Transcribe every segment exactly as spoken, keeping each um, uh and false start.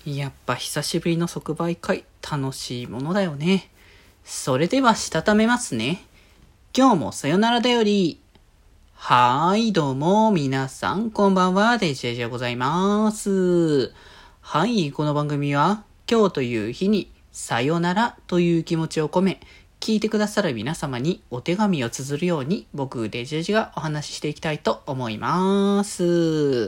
やっぱ久しぶりの即売会、楽しいものだよね。それではしたためますね。今日もさよならだより。はーい、どうも、皆さん、こんばんは、デジェジでございます。はい、この番組は、今日という日に、さよならという気持ちを込め、聞いてくださる皆様にお手紙を綴るように、僕、デジェジがお話ししていきたいと思います。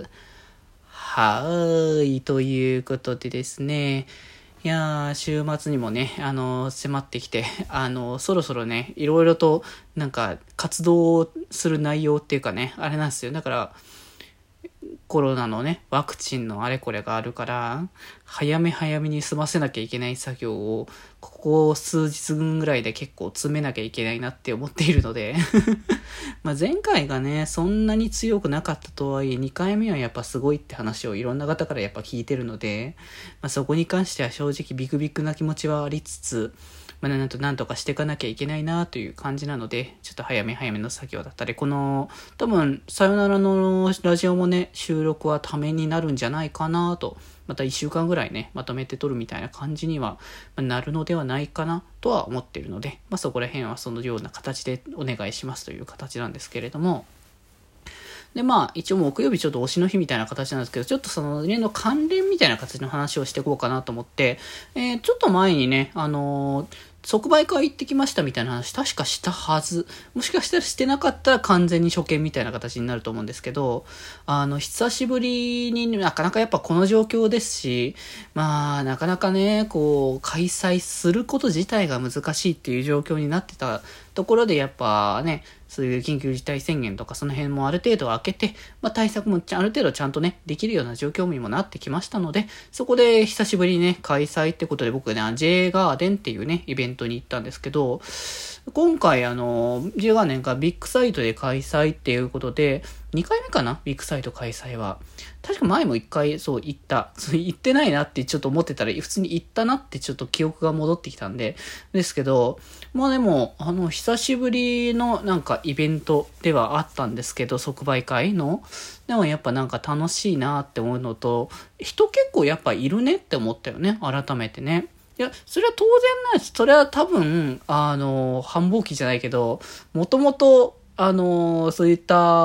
はーい。ということでですね。いやー、週末にもね、あのー、迫ってきて、あのー、そろそろね、いろいろと、なんか、活動する内容っていうかね、あれなんですよ。だから、コロナのね、ワクチンのあれこれがあるから、早め早めに済ませなきゃいけない作業を、ここ数日分ぐらいで結構詰めなきゃいけないなって思っているので、まあ前回がね、そんなに強くなかったとはいえ、にかいめはやっぱすごいって話をいろんな方からやっぱ聞いてるので、まあそこに関しては正直ビクビクな気持ちはありつつ、まあ、なんとなんとかしていかなきゃいけないなという感じなので、ちょっと早め早めの作業だったり、この、多分、さよならのラジオもね、収録はためになるんじゃないかなと、またいっしゅうかんぐらいね、まとめて撮るみたいな感じにはなるのではないかなとは思っているので、まあそこら辺はそのような形でお願いしますという形なんですけれども、で、まあ、一応木曜日ちょっと推しの日みたいな形なんですけど、ちょっとその、の関連みたいな形の話をしていこうかなと思って、えー、ちょっと前にね、あのー、即売会行ってきましたみたいな話、確かしたはず。もしかしたらしてなかったら完全に初見みたいな形になると思うんですけど、あの、久しぶりになかなかやっぱこの状況ですし、まあ、なかなかね、こう、開催すること自体が難しいっていう状況になってたところで、やっぱね、そういう緊急事態宣言とかその辺もある程度開けて、まあ対策もある程度ちゃんとね、できるような状況にもなってきましたので、そこで久しぶりにね、開催ってことで僕ね、J ガーデンっていうね、イベントに行ったんですけど、今回あの、J ガーデンがビッグサイトで開催っていうことで、にかいめかなビッグサイト開催は。確か前もいっかいそう行った。そう行ってないなってちょっと思ってたら、普通に行ったなってちょっと記憶が戻ってきたんで、ですけど、まあでも、あの、久しぶりのなんかイベントではあったんですけど、即売会の。でもやっぱなんか楽しいなって思うのと、人結構やっぱいるねって思ったよね。改めてね。いや、それは当然ないです。それは多分、あの、繁忙期じゃないけど、もともと、あの、そういった、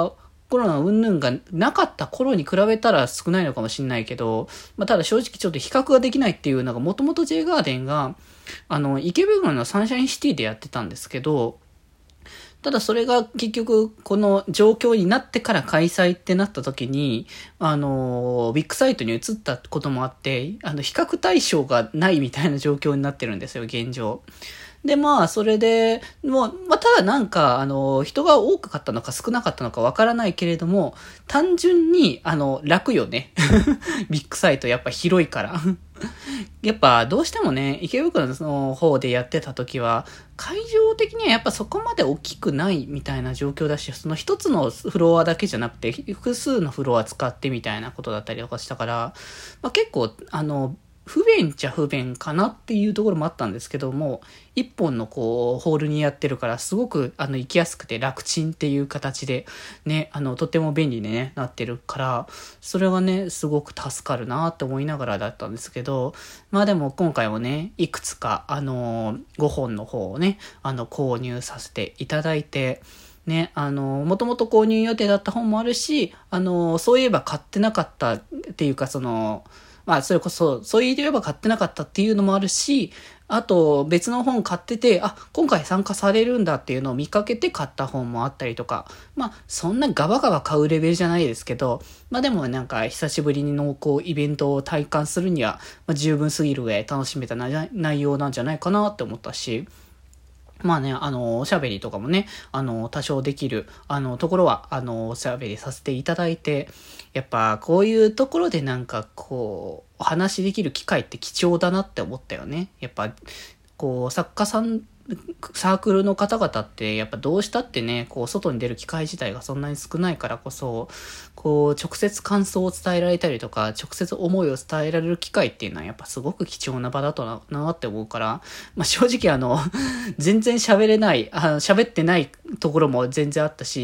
コロナ云々がなかった頃に比べたら少ないのかもしれないけど、まあ、ただ正直ちょっと比較ができないっていうのが、もともと J ガーデンが、あの、池袋のサンシャインシティでやってたんですけど、ただそれが結局この状況になってから開催ってなった時に、あの、ビッグサイトに移ったこともあって、あの、比較対象がないみたいな状況になってるんですよ、現状。で、まあ、それで、もう、まあ、ただなんか、あの、人が多かったのか少なかったのかわからないけれども、単純に、あの、楽よね。ビッグサイトやっぱ広いから。やっぱ、どうしてもね、池袋の方でやってた時は、会場的にはやっぱそこまで大きくないみたいな状況だし、その一つのフロアだけじゃなくて、複数のフロア使ってみたいなことだったりとかしたから、まあ、結構、あの、不便っちゃ不便かなっていうところもあったんですけども、一本のこう、ホールにやってるから、すごく、あの、行きやすくて楽ちんっていう形で、ね、あの、とても便利に、ね、なってるから、それがね、すごく助かるなって思いながらだったんですけど、まあでも今回もね、いくつか、あの、ごほんの方をね、あの、購入させていただいて、ね、あの、もともと購入予定だった本もあるし、あの、そういえば買ってなかったっていうか、その、まあ、それこそ、そう言えば買ってなかったっていうのもあるし、あと、別の本買ってて、あ、今回参加されるんだっていうのを見かけて買った本もあったりとか、まあ、そんなガバガバ買うレベルじゃないですけど、まあでもなんか、久しぶりに濃厚イベントを体感するには、まあ、十分すぎるぐらい楽しめた内容なんじゃないかなって思ったし、まあね、あの、おしゃべりとかもね、あの、多少できる、あの、ところは、あの、おしゃべりさせていただいて、やっぱ、こういうところでなんか、こう、お話しできる機会って貴重だなって思ったよね。やっぱ、こう、作家さん、サークルの方々って、やっぱどうしたってね、こう、外に出る機会自体がそんなに少ないからこそ、こう、直接感想を伝えられたりとか、直接思いを伝えられる機会っていうのは、やっぱすごく貴重な場だとな、なって思うから、まあ、正直あの、全然喋れない、あ喋ってないところも全然あったし、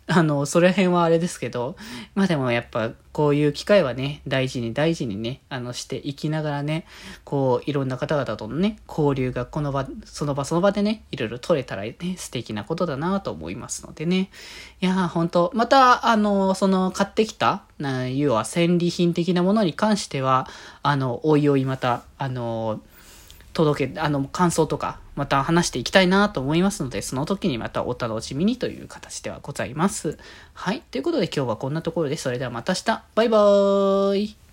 あの、それ辺はあれですけど、まあでもやっぱこういう機会はね、大事に大事にね、あの、していきながらね、こう、いろんな方々とのね、交流がこの場、その場その場でね、いろいろ取れたらね、素敵なことだなと思いますのでね。いやー、ほんと、また、あの、その、買ってきた、な要は戦利品的なものに関しては、あの、おいおいまた、あの、届け、あの、感想とか、また話していきたいなと思いますので、その時にまたお楽しみにという形ではございます。はい。ということで今日はこんなところで、それではまた明日。バイバーイ。